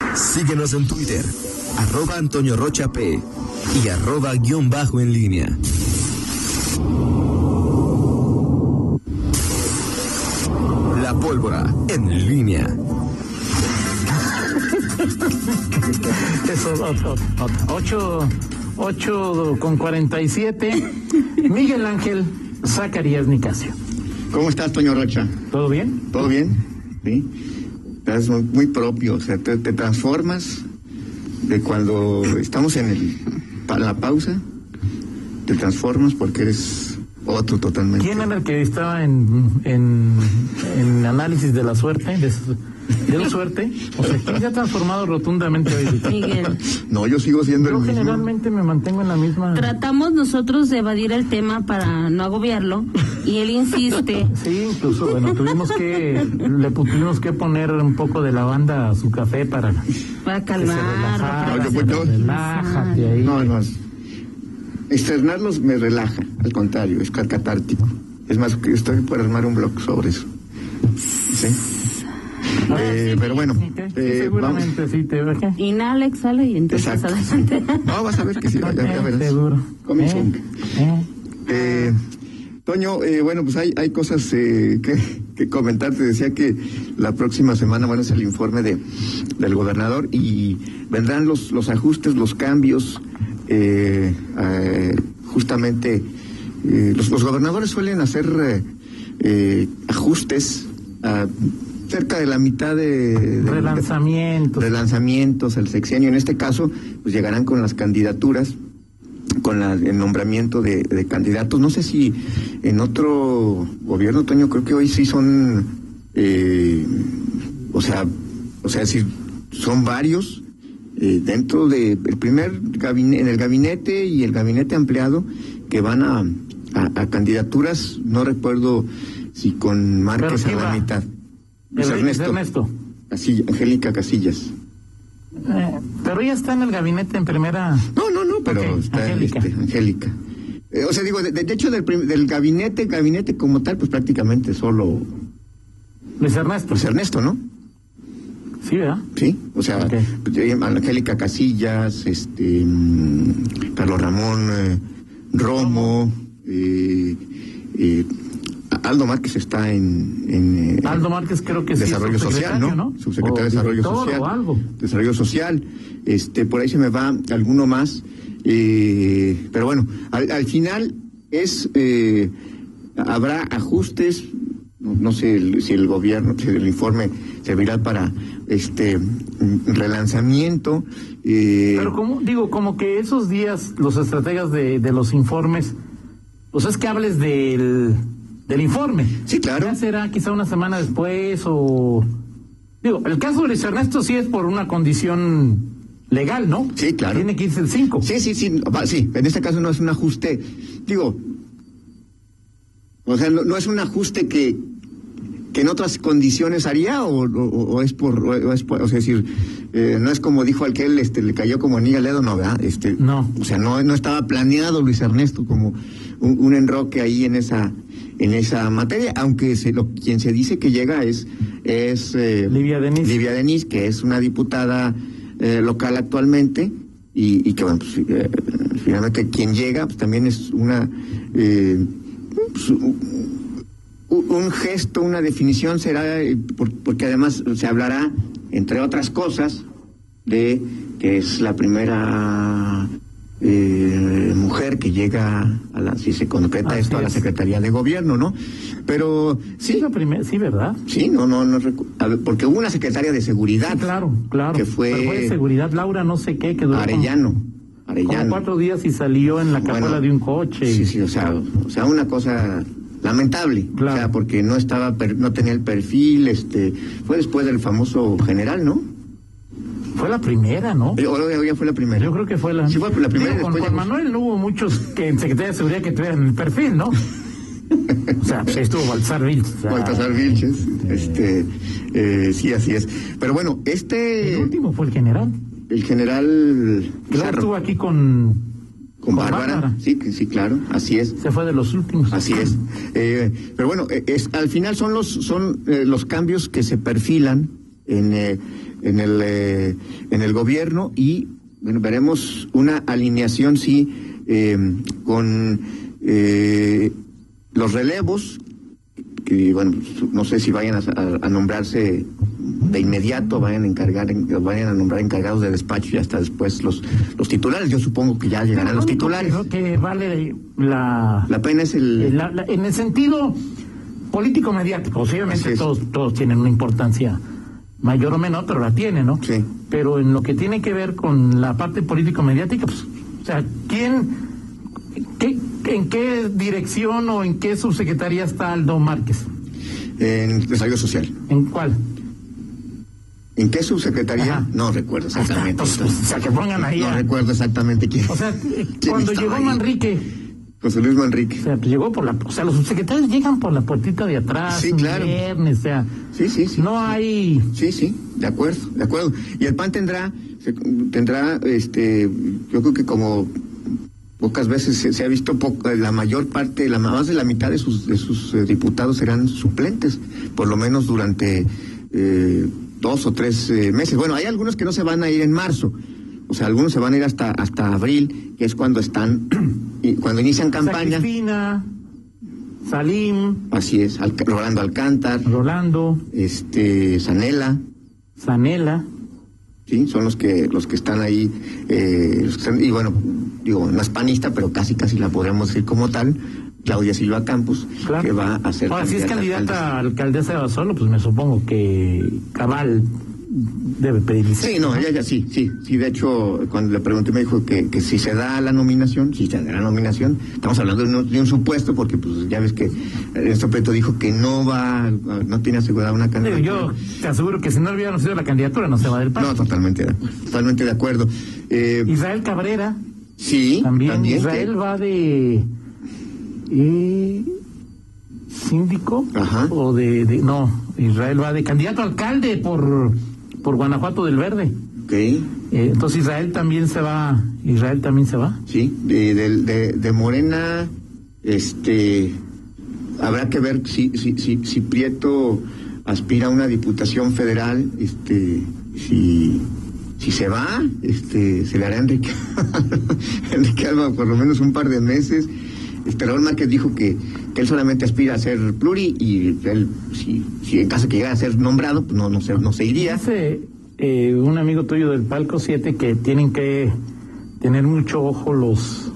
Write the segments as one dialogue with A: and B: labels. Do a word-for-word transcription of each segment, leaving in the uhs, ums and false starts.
A: Síguenos en Twitter, arroba Antonio Rocha P y arroba guión bajo en línea. La pólvora en línea.
B: Eso, ocho, ocho con cuarenta y siete. Miguel Ángel Zacarías Nicasio.
C: ¿Cómo estás, Toño Rocha?
B: ¿Todo bien?
C: ¿Todo bien? Sí. Estás muy propio, o sea, te, te transformas de cuando estamos en el, para la pausa, te transformas porque eres otro totalmente.
B: ¿Quién era el que estaba en, en, en análisis de la suerte? De, de la suerte. O sea, ¿quién se ha transformado rotundamente hoy?
D: Miguel.
C: No, yo sigo siendo
B: yo
C: el mismo.
B: Yo generalmente me mantengo en la misma.
D: Tratamos nosotros de evadir el tema para no agobiarlo y él insiste.
B: Sí, incluso, bueno, tuvimos que, le tuvimos que poner un poco de lavanda a su café para...
D: Para calmar.
C: No, yo, pues, yo,
B: relájate ahí.
C: No, no. Externarlos me relaja, al contrario, es catártico. Es más, estoy por armar un blog sobre eso. ¿Sí?
B: Ah,
C: eh,
B: sí,
C: pero bueno,
B: sí, sí,
C: eh,
B: seguramente
C: vamos.
B: sí te ve.
D: Inhala, exhala y entonces
C: Exacto.
D: adelante.
C: No, vas a ver que sí, ya, ya verás.
B: Seguro.
C: Comienza.
B: Eh, eh.
C: Eh, Toño, eh, bueno, pues hay, hay cosas eh, que, que comentar. Te decía que la próxima semana, bueno, es el informe de del gobernador y vendrán los, los ajustes, los cambios. Eh, eh, justamente, eh, los, los gobernadores suelen hacer eh, eh, ajustes a cerca de la mitad de, de
B: relanzamientos.
C: De, relanzamientos, el sexenio. En este caso, pues llegarán con las candidaturas, con la, el nombramiento de, de candidatos. No sé si en otro gobierno, Toño, creo que hoy sí son, eh, o sea, o sea, si son varios eh, dentro de el primer gabinete, en el gabinete y el gabinete ampliado que van a, a, a candidaturas. No recuerdo si con Márquez a la mitad.
B: Luis Ernesto. Ernesto.
C: Así, Angélica Casillas.
B: Eh, pero ella está en el gabinete en primera.
C: No, no, no, pero
B: okay.
C: está
B: Angélica.
C: Este, Angélica. Eh, o sea, digo, de, de hecho, del, del gabinete, gabinete como tal, pues prácticamente solo.
B: Luis Ernesto.
C: Luis Ernesto, ¿no?
B: Sí, ¿verdad?
C: Sí, o sea, okay. Angélica Casillas, este, um, Carlos Ramón eh, Romo, eh, eh, Aldo Márquez está en... en eh,
B: Aldo Márquez creo que
C: Desarrollo
B: sí,
C: Social, ¿no?
B: ¿no?
C: Subsecretario de Desarrollo Social.
B: O algo.
C: Desarrollo Social. Este, por ahí se me va alguno más. Eh, pero bueno, al, al final es... Eh, habrá ajustes, no, no sé el, si el gobierno, si el informe servirá para este relanzamiento. Eh,
B: pero como, digo, como que esos días, los estrategas de, de los informes, pues es que hables del... del informe.
C: Sí, claro.
B: Ya será quizá una semana después o... Digo, el caso de Luis Ernesto sí es por una condición legal, ¿no?
C: Sí, claro.
B: Tiene que irse el cinco.
C: Sí, sí, sí. Sí, en este caso no es un ajuste. Digo, o sea, no, no es un ajuste que que en otras condiciones haría o, o, o es por o es por, o sea, es decir, eh, no es como dijo aquel, este, le cayó como anillo al dedo, no, ¿verdad? Este,
B: no.
C: O sea, no no estaba planeado Luis Ernesto como un, un enroque ahí en esa en esa materia, aunque se lo quien se dice que llega es es eh,
B: Livia Denis.
C: Livia Denis, que es una diputada eh, local actualmente y, y que bueno, pues, eh, finalmente quien llega pues también es una eh, pues, un gesto, una definición será, eh, por, porque además se hablará, entre otras cosas, de que es la primera eh, mujer que llega a la, si se concreta
B: Así
C: esto, a la
B: es.
C: Secretaría de Gobierno, ¿no? Pero sí.
B: Sí, la primer, sí, ¿verdad?
C: Sí, no, no, no, a ver, porque hubo una secretaria de Seguridad.
B: Sí, claro, claro.
C: Que fue,
B: Pero fue de Seguridad, Laura, no sé qué, que duró
C: Arellano.
B: Como,
C: Arellano.
B: como cuatro días y salió en la cajuela bueno, de un coche.
C: Sí, sí, o sea, o sea, una cosa lamentable,
B: claro.
C: O sea, porque no estaba, no tenía el perfil, este, fue después del famoso general, ¿no?
B: Fue la primera, ¿no?
C: Yo, ya fue la primera.
B: Yo creo que fue la.
C: Sí, fue la primera.
B: Digo, con Juan Manuel no hubo muchos que en Secretaría de Seguridad que tuvieran el perfil, ¿no? O sea, pues estuvo Baltasar Vilches. O sea,
C: Baltasar Vilches, este, eh, sí, así es. Pero bueno, este.
B: El último fue el general.
C: El general.
B: Claro, estuvo aquí con.
C: Con, con Bárbara, Bárbara. Sí, sí, claro, así es.
B: Se fue de los últimos.
C: Así es. Eh, pero bueno, es, al final son los son eh, los cambios que se perfilan en eh, en el eh, el gobierno y, bueno, veremos una alineación, sí, eh, con eh, los relevos, que, bueno, no sé si vayan a, a, a nombrarse de inmediato, vayan a encargar, vayan a nombrar encargados de despacho y hasta después los los titulares. Yo supongo que ya llegarán los titulares.
B: Creo que vale la...
C: La pena es el...
B: La, la, en el sentido político-mediático, obviamente todos, todos tienen una importancia mayor o menor, pero la tienen, ¿no?
C: Sí.
B: Pero en lo que tiene que ver con la parte político-mediática, pues, o sea, ¿quién, qué, en qué dirección o en qué subsecretaría está Aldo Márquez?
C: En Desarrollo Social.
B: ¿En cuál?
C: ¿En qué subsecretaría?
B: Ajá.
C: No recuerdo exactamente.
B: Pues, pues, o sea, que pongan ahí.
C: No
B: a...
C: recuerdo exactamente quién.
B: O sea, cuando llegó ahí? Manrique.
C: José Luis Manrique.
B: O sea, pues llegó por la... O sea, los subsecretarios llegan por la puertita de atrás.
C: Sí, claro.
B: Viernes, o sea...
C: Sí, sí, sí.
B: No hay...
C: Sí, sí, de acuerdo, de acuerdo. Y el P A N tendrá, se, tendrá, este, yo creo que como pocas veces se, se ha visto, poco, la mayor parte, la más de la mitad de sus, de sus eh, diputados serán suplentes, por lo menos durante eh, dos o tres eh, meses. Bueno, hay algunos que no se van a ir en marzo. O sea, algunos se van a ir hasta hasta abril, que es cuando están, y cuando inician campaña.
B: Cristina, Salim.
C: Así es, Al, Rolando Alcántar.
B: Rolando.
C: Este, Sanela.
B: Sanela.
C: Sí, son los que los que están ahí, eh, los que están, y bueno, digo, no es panista, pero casi casi la podemos decir como tal, Claudia Silva Campos, claro, que va a ser...
B: Ahora, si es candidata a alcaldesa de Basolo, pues me supongo que Cabal debe pedir licencia.
C: Sí, no, ella ya sí, sí, sí, de hecho, cuando le pregunté me dijo que, que si se da la nominación, si se da la nominación, estamos hablando de un, de un supuesto, porque pues ya ves que este pleito dijo que no va, no tiene asegurada una candidatura.
B: Yo te aseguro que si no hubiera sido la candidatura no se va del paso.
C: No, totalmente de acuerdo, totalmente de acuerdo. Eh,
B: Israel Cabrera.
C: Sí,
B: también,
C: también
B: Israel
C: que...
B: va de... Eh, síndico.
C: Ajá.
B: O de, de... No, Israel va de candidato a alcalde por... por Guanajuato del Verde.
C: Ok.
B: Eh, entonces Israel también se va, Israel también se va.
C: Sí, de, de, de, de Morena, este, habrá que ver si, si, si, si Prieto aspira a una diputación federal, este, si, si se va, este, se le hará a Enrique, Enrique Alba por lo menos un par de meses. Este, Raúl Márquez dijo que, que él solamente aspira a ser pluri y él, si, si en caso que llegara a ser nombrado, pues no, no, se, no se iría.
B: Dice eh, un amigo tuyo del Palco siete que tienen que tener mucho ojo los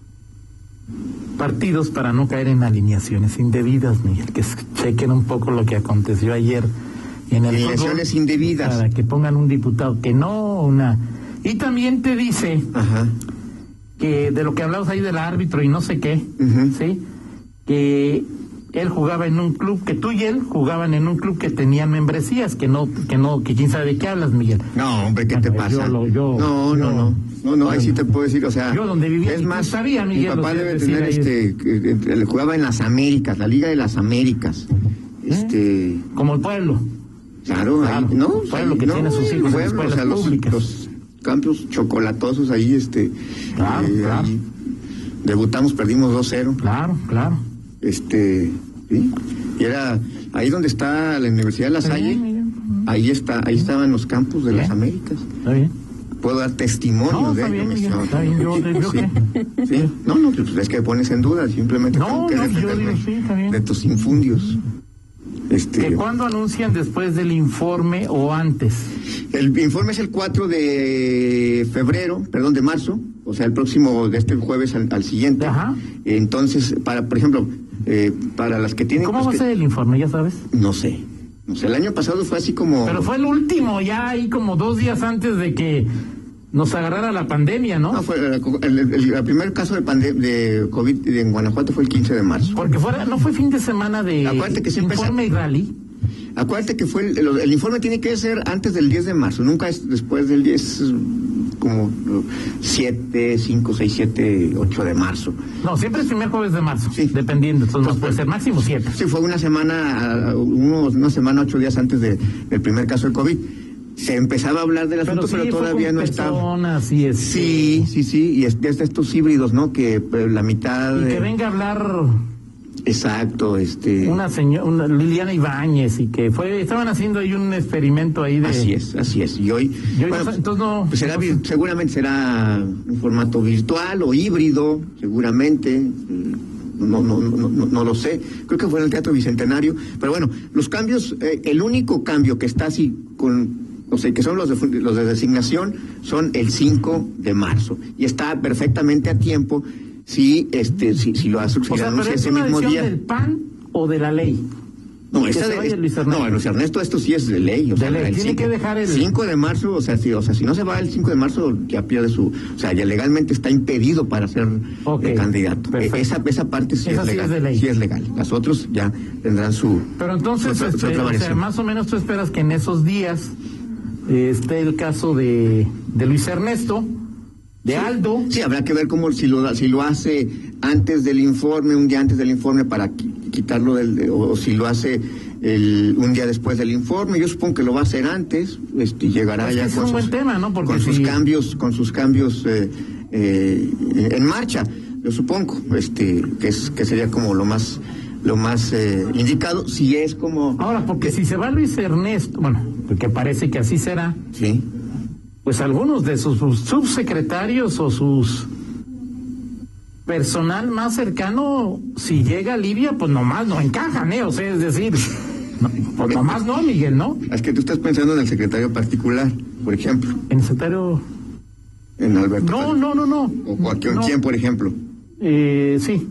B: partidos para no caer en alineaciones indebidas, Miguel, que chequen un poco lo que aconteció ayer en el
C: alineaciones
B: fútbol,
C: indebidas.
B: Para que pongan un diputado que no, una... Y también te dice...
C: Ajá.
B: Que de lo que hablamos ahí del árbitro y no sé qué,
C: uh-huh.
B: ¿sí? Que él jugaba en un club, que tú y él jugaban en un club que tenían membresías, que no, que no, que quién sabe de qué hablas, Miguel.
C: No, hombre, ¿qué bueno, te pasa?
B: Yo lo, yo,
C: no, no,
B: yo,
C: no, no, no, ahí sí te puedo decir, o sea,
B: yo donde vivía,
C: es más,
B: sabía, Miguel,
C: mi papá debe tener este, que, que, jugaba en las Américas, la Liga de las Américas, ¿Eh? este,
B: como el pueblo.
C: Claro, claro ahí, no,
B: el pueblo
C: ahí,
B: que
C: no,
B: tiene sus hijos en escuelas
C: o sea,
B: públicas.
C: Los, los campos chocolatosos ahí, este,
B: claro,
C: eh,
B: claro.
C: Ahí, debutamos, perdimos dos cero.
B: Claro, claro.
C: Este, sí, y era ahí donde está la Universidad de La Salle, bien, ahí está, ahí estaban los campos de bien. Las Américas.
B: Está bien.
C: Puedo dar testimonio
B: no,
C: de
B: está
C: ello.
B: Bien, Miguel, está bien, yo, yo
C: sí, sí. No, no, pues es que pones en duda, simplemente
B: no,
C: tengo que
B: no,
C: defenderme
B: yo digo, sí, está bien.
C: de tus infundios. Este,
B: ¿Que cuándo anuncian después del informe o antes?
C: El informe es el cuatro de febrero, perdón, de marzo, o sea, el próximo, de este jueves al, al siguiente.
B: Ajá.
C: Entonces, para, por ejemplo, eh, para las que tienen...
B: ¿Cómo
C: pues,
B: va a ser
C: que,
B: el informe, ya sabes?
C: No sé. No sé, el año pasado fue así como...
B: Pero fue el último, ya ahí como dos días antes de que nos agarrara la pandemia, ¿no?
C: No, fue el, el, el, el primer caso de, pande de COVID en Guanajuato fue el quince de marzo.
B: Porque fuera, no fue fin de semana de
C: Acuérdate que
B: informe y rally.
C: Acuérdate que fue el, el, el informe tiene que ser antes del diez de marzo, nunca es después del diez, como siete, cinco, seis, siete, ocho de marzo.
B: No, siempre es primer jueves de marzo,
C: sí.
B: Dependiendo, entonces, entonces no puede ser máximo siete.
C: Sí, fue una semana, unos, una semana, ocho días antes de, del primer caso de COVID. Se empezaba a hablar del asunto, pero, sí, pero todavía no estaba.
B: Sí, es,
C: sí, sí, sí, y es de estos híbridos, ¿no? Que la mitad...
B: Y
C: de...
B: que venga a hablar
C: Exacto, este.
B: Una señora, una Liliana Ibáñez, y que fue, estaban haciendo ahí un experimento ahí de.
C: Así es, así es. Y hoy,
B: y hoy
C: bueno,
B: no, entonces no.
C: Pues será,
B: no,
C: seguramente será un formato virtual o híbrido, seguramente. No, no, no, no, no lo sé. Creo que fue en el Teatro Bicentenario. Pero bueno, los cambios, eh, el único cambio que está así con, o sea, que son los de, los de designación, son el cinco de marzo. Y está perfectamente a tiempo si, este, si, si lo hace, si
B: o sea,
C: anuncia
B: pero es
C: ese
B: una
C: mismo
B: decisión
C: día.
B: del P A N o de la ley.
C: No, esta de, es, Luis Ernesto. No, Luis Ernesto, esto sí es de ley. O sea,
B: de ley.
C: El
B: Tiene
C: cinco,
B: que dejar el
C: cinco de marzo, o sea, si, o sea, si no se va el cinco de marzo, ya pierde su, o sea, ya legalmente está impedido para ser okay, eh, candidato. Perfecto. Esa esa parte sí
B: esa
C: es legal.
B: Sí es, de ley.
C: Sí es legal. Las otras ya tendrán su.
B: Pero entonces,
C: su,
B: este,
C: su
B: o sea, más o menos tú esperas que en esos días eh, esté el caso de, de Luis Ernesto, de
C: sí,
B: Aldo.
C: Sí, habrá que ver cómo si lo si lo hace antes del informe, un día antes del informe para quitarlo del, o, o si lo hace el, un día después del informe. Yo supongo que lo va a hacer antes, este, llegará
B: es
C: ya
B: que
C: con,
B: es un
C: sus,
B: buen tema, ¿no? Porque
C: con
B: si...
C: sus cambios, con sus cambios eh, eh, en marcha. Yo supongo, este, que es que sería como lo más lo más eh, indicado, si es como.
B: Ahora, porque si se va Luis Ernesto, bueno, porque parece que así será.
C: Sí.
B: Pues algunos de sus, sus subsecretarios o sus personal más cercano, si llega a Libia, pues nomás no encajan, ¿eh? O sea, es decir, no, pues nomás no, Miguel, ¿no?
C: Es que tú estás pensando en el secretario particular, por ejemplo.
B: ¿En el secretario?
C: En Alberto.
B: No, no, no, no.
C: ¿O cualquier
B: no.
C: quién, por ejemplo?
B: Eh, sí.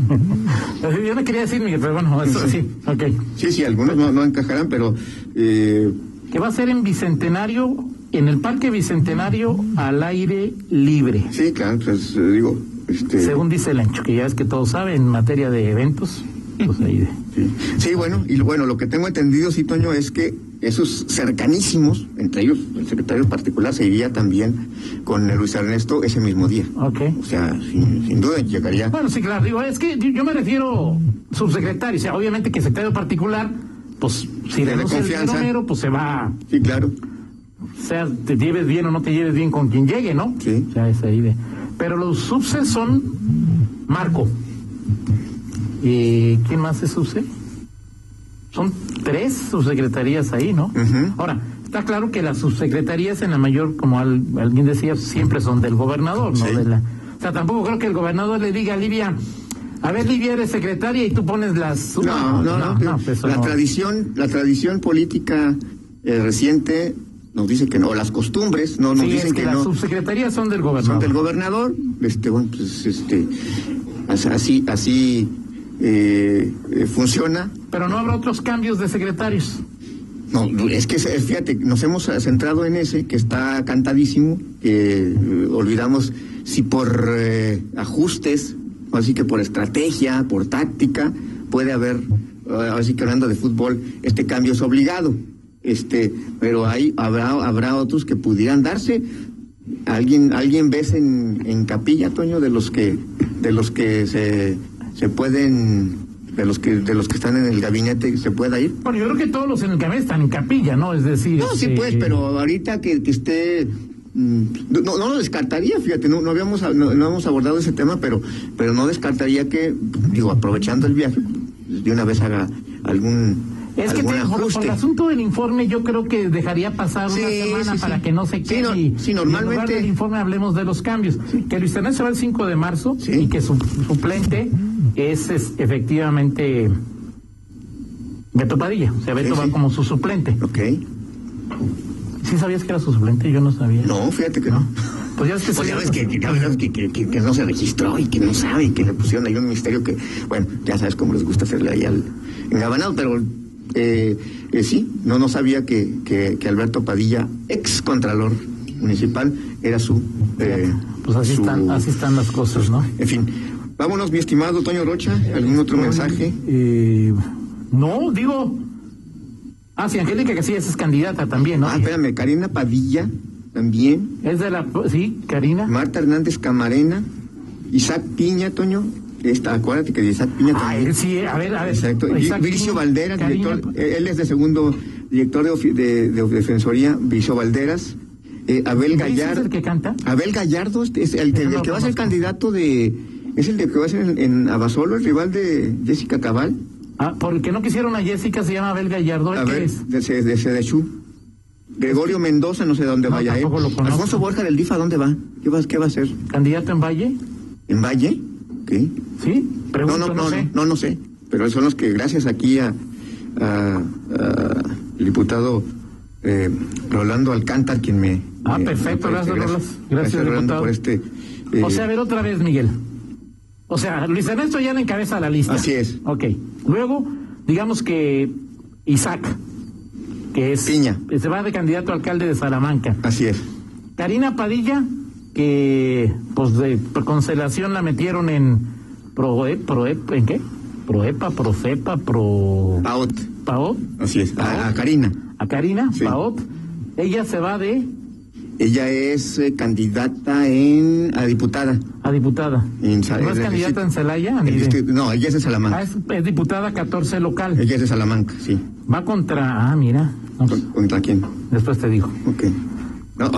B: Yo no quería decir, Miguel, pero bueno, eso sí, ok.
C: Sí, sí, algunos no, no encajarán, pero... Eh...
B: Que va a ser en Bicentenario, en el Parque Bicentenario, al aire libre.
C: Sí, claro, pues eh, digo... Este...
B: Según dice el ancho, que ya es que todos saben en materia de eventos, pues ahí de...
C: Sí. Sí, bueno, y bueno, lo que tengo entendido, sí, Toño, es que esos cercanísimos, entre ellos el secretario particular, se iría también con Luis Ernesto ese mismo día.
B: Ok.
C: O sea, sin, sin duda llegaría...
B: Bueno, sí, claro, digo, es que yo me refiero subsecretario, o sea, obviamente que secretario particular, pues si le renuncia el dinero, pues se va...
C: Sí, claro.
B: O sea, te lleves bien o no te lleves bien con quien llegue, ¿no?
C: Sí.
B: O sea, es ahí de... Pero los subses son Marco. ¿Y quién más es subse? Son tres subsecretarías ahí, ¿no?
C: Uh-huh.
B: Ahora, está claro que las subsecretarías en la mayor, como al, alguien decía, siempre son del gobernador, ¿no?
C: Sí.
B: De la, o sea, tampoco creo que el gobernador le diga a Livia, a ver, Livia, eres secretaria y tú pones las...
C: No, no, no. no, no, no pues la, no. Tradición, la tradición política eh, reciente... nos dice que no, las costumbres, no nos
B: sí,
C: dicen
B: es que,
C: que
B: las
C: no.
B: Las subsecretarías son del gobernador.
C: Son del gobernador, este, bueno, pues, este, así, así eh, eh, funciona.
B: Pero no habrá otros cambios de secretarios.
C: No, es que, fíjate, nos hemos centrado en ese, que está cantadísimo, que eh, olvidamos si por eh, ajustes, así que por estrategia, por táctica, puede haber, así que hablando de fútbol, este cambio es obligado. Este, pero hay habrá habrá otros que pudieran darse. Alguien alguien ves en, en Capilla, Toño, de los que de los que se se pueden de los que de los que están en el gabinete se pueda ir.
B: Bueno, yo creo que todos los en el gabinete están en Capilla, ¿no? Es decir,
C: no, sí,
B: este...
C: pues, pero ahorita que, que esté no, no lo descartaría, fíjate, no, no habíamos no, no hemos abordado ese tema, pero pero no descartaría que, digo, aprovechando el viaje, de una vez haga algún
B: Es que te, por, por el asunto del informe yo creo que dejaría pasar sí, una semana sí, para sí. que no se quede
C: sí, no,
B: y,
C: sí, normalmente...
B: y en lugar del informe hablemos de los cambios. Sí. Que Luis Ernesto se va el cinco de marzo
C: sí.
B: y que su suplente es, es efectivamente Beto Padilla. O sea, Beto sí, va sí. como su suplente.
C: Ok.
B: ¿Sí sabías que era su suplente? Yo no sabía.
C: No, fíjate que no.
B: Pues ya es que,
C: pues ya ves que, que, que, que, que, que no se registró y que no sabe y que le pusieron ahí un misterio que, bueno, ya sabes cómo les gusta hacerle ahí al engabanado, pero eh, eh, sí, no, no sabía que, que, que Alberto Padilla, ex contralor municipal, era su... Eh,
B: pues así, su, están, así están las cosas, ¿no?
C: En fin, vámonos, mi estimado Toño Rocha, ¿algún otro mensaje?
B: Eh, no, digo... Ah, sí, Angélica Casillas es candidata también, ¿no?
C: Ah, espérame, Karina Padilla también.
B: Es de la... Sí, Karina.
C: Marta Hernández Camarena, Isaac Piña, Toño. Esta, acuérdate que Isaac Piña
B: ah,
C: también.
B: Él sí, a ver, a ver.
C: Exacto. Vicio Valderas, Karina, director, él es de segundo director de, de, de Defensoría, Vicio Valderas. Eh, Abel Gallardo.
B: ¿Es el que canta?
C: Abel Gallardo es el, el, el, el que va a ser candidato de... Es el de que va a ser en, en Abasolo, el rival de Jessica Cabal.
B: Ah, porque no quisieron a Jessica, se llama Abel Gallardo.
C: A
B: ¿Qué
C: ver,
B: es?
C: de, de, de Sedechú. Gregorio Mendoza, no sé dónde
B: No,
C: vaya él.
B: tampoco lo conozco.
C: Alfonso Borja del D I F, ¿a dónde va? ¿Qué va, qué va a hacer?
B: ¿Candidato en Valle?
C: ¿En Valle? ¿Qué?
B: ¿Sí? Pregunto,
C: no, no,
B: no,
C: no,
B: sé.
C: no, no, no sé. Pero son los que, gracias aquí a, a, a el diputado eh, Rolando Alcántar, quien me...
B: Ah,
C: me,
B: perfecto,
C: me
B: gracias,
C: gracias,
B: gracias,
C: gracias Rolando,
B: diputado.
C: por este... Eh,
B: O sea, a ver otra vez, Miguel. O sea, Luis Ernesto ya le encabeza la lista.
C: Así es.
B: Ok. Luego, digamos que Isaac, que es...
C: Piña.
B: Se va de candidato a alcalde de Salamanca.
C: Así es.
B: Karina Padilla, que pues de por constelación la metieron en Proep, Proep, ¿en qué? Proepa, Profepa, Pro...
C: Paot.
B: Paot.
C: Así es. A, a Karina.
B: A Karina,
C: Sí.
B: Paot. Ella se va de...
C: Ella es eh, candidata en a diputada.
B: A diputada.
C: En,
B: ¿No es candidata en Celaya? Ni de-
C: No, ella es de Salamanca.
B: Ah, es, es diputada catorce local.
C: Ella es de Salamanca, sí.
B: Va contra... Ah, mira. No,
C: ¿Con- ¿Contra quién?
B: después te digo.
C: Ok. No.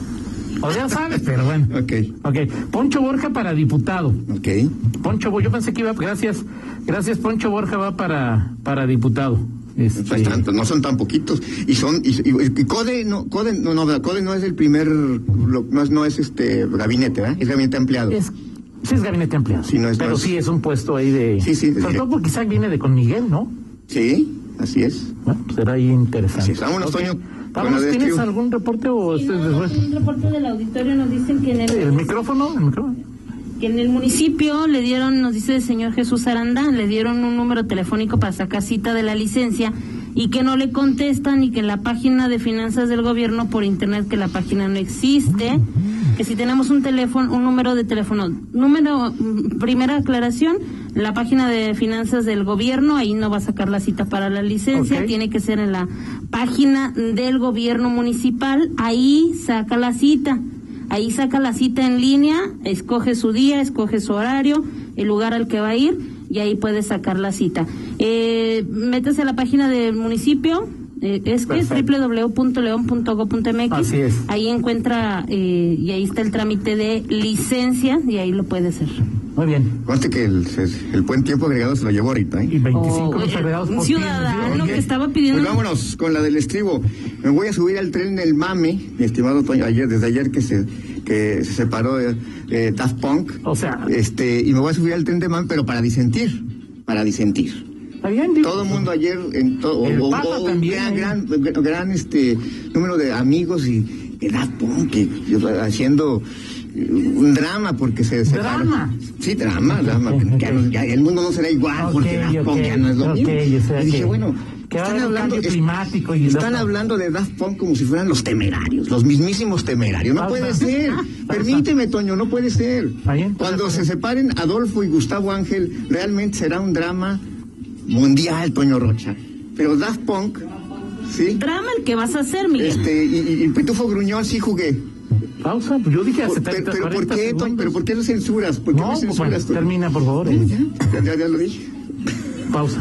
B: O ya sabes, pero bueno.
C: Ok.
B: Ok. Poncho Borja para diputado.
C: Ok.
B: Poncho, Bo- yo pensé que iba... Gracias. Gracias, Poncho Borja va para, para diputado. Este,
C: Pues tanto, no son tan poquitos. Y son... Y, y- y Code, no, Code, no, no, Code no es el primer... lo- no, es, no es este gabinete, ¿verdad? Es gabinete ampliado.
B: es, sí es gabinete ampliado.
C: Sí, no es-
B: pero
C: no es-
B: sí es un puesto ahí de...
C: Sí, sí, de
B: Sobre todo
C: directo.
B: porque Isaac viene de con Miguel, ¿no?
C: Sí, así es.
B: Bueno, pues será ahí interesante.
C: Así es. Vámonos,
B: Ok.
C: Toño, con
B: Vámonos,
C: la de
B: ¿tienes
C: Estribo.
B: algún reporte o este después?
D: En un reporte del auditorio nos dicen que en el,
B: ¿El micrófono? ¿El micrófono?
D: que en el municipio le dieron, nos dice el señor Jesús Aranda, le dieron un número telefónico para sacar cita de la licencia y que no le contestan y que en la página de finanzas del gobierno por internet que la página no existe, que si tenemos un teléfono, un número de teléfono, número, mm, primera aclaración, la página de finanzas del gobierno, ahí no va a sacar la cita para la licencia,
B: Ok.
D: tiene que ser en la página del gobierno municipal, ahí saca la cita. Ahí saca la cita en línea, escoge su día, escoge su horario, el lugar al que va a ir y ahí puede sacar la cita. Eh, métase a la página del municipio, eh, es que es
B: Perfecto.
D: doble u doble u doble u punto león punto gob punto m x.
B: Así es.
D: Ahí encuentra eh, y ahí está el trámite de licencia y ahí lo puede hacer.
B: Muy bien.
C: Conste que el, el buen tiempo agregado se lo llevó ahorita, ¿eh?
B: Y veinticinco
D: Oh,
B: los
D: eh,
B: agregados
D: un
B: por
D: ciudadano
B: ti.
D: que estaba pidiendo...
C: Pues vámonos con la del estribo. Me voy a subir al tren del mame, mi estimado Toño, ayer, desde ayer que se que se separó de eh, Daft Punk.
B: O sea-
C: este y me voy a subir al tren del mame, pero para disentir, para disentir.
B: Está bien, digo.
C: Todo el mundo ayer, en to-
B: El
C: o- o-
B: Papa
C: o un
B: también,
C: gran,
B: ¿eh?
C: gran, gran, este número de amigos y de Daft Punk que- haciendo eh, un drama porque se separó.
B: ¿Drama?
C: Sí, drama, drama.
B: Ok,
C: Ya
B: ok.
C: no- ya el mundo no será igual porque
B: Ok,
C: Daft Punk
B: ok,
C: ya no es lo
B: ok,
C: mismo.
B: o sea
C: y dije,
B: que-
C: bueno,
B: que va a
C: están
B: haber un
C: hablando,
B: cambio
C: es-
B: climático y
C: están
B: Daft-
C: hablando de Daft Punk como si fueran los temerarios, los mismísimos temerarios. No
B: Pausa.
C: puede ser. Permíteme, Toño, no puede ser.
B: Está bien,
C: Cuando
B: está
C: se
B: bien.
C: separen Adolfo y Gustavo Ángel, realmente será un drama mundial, Toño Rocha. Pero Daft Punk, ¿sí?
D: Drama el que vas a hacer, Miguel.
C: Este, y, y, y Pitufo Gruñón sí jugué.
B: Pausa, pues yo dije a
C: Por-
B: setenta,
C: pero, pero ¿por
B: cuarenta
C: qué, Toño?
B: segundos.
C: ¿Pero por qué lo censuras? ¿Por qué
B: No,
C: me
B: pues
C: censuras?
B: bueno,
C: Toño?
B: termina, por favor.
C: Ya,
B: eh.
C: ya, ya, ya lo dije.
B: Pausa.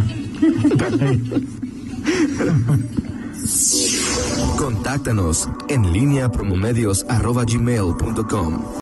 A: Contáctanos en línea promomedios arroba gmail punto com.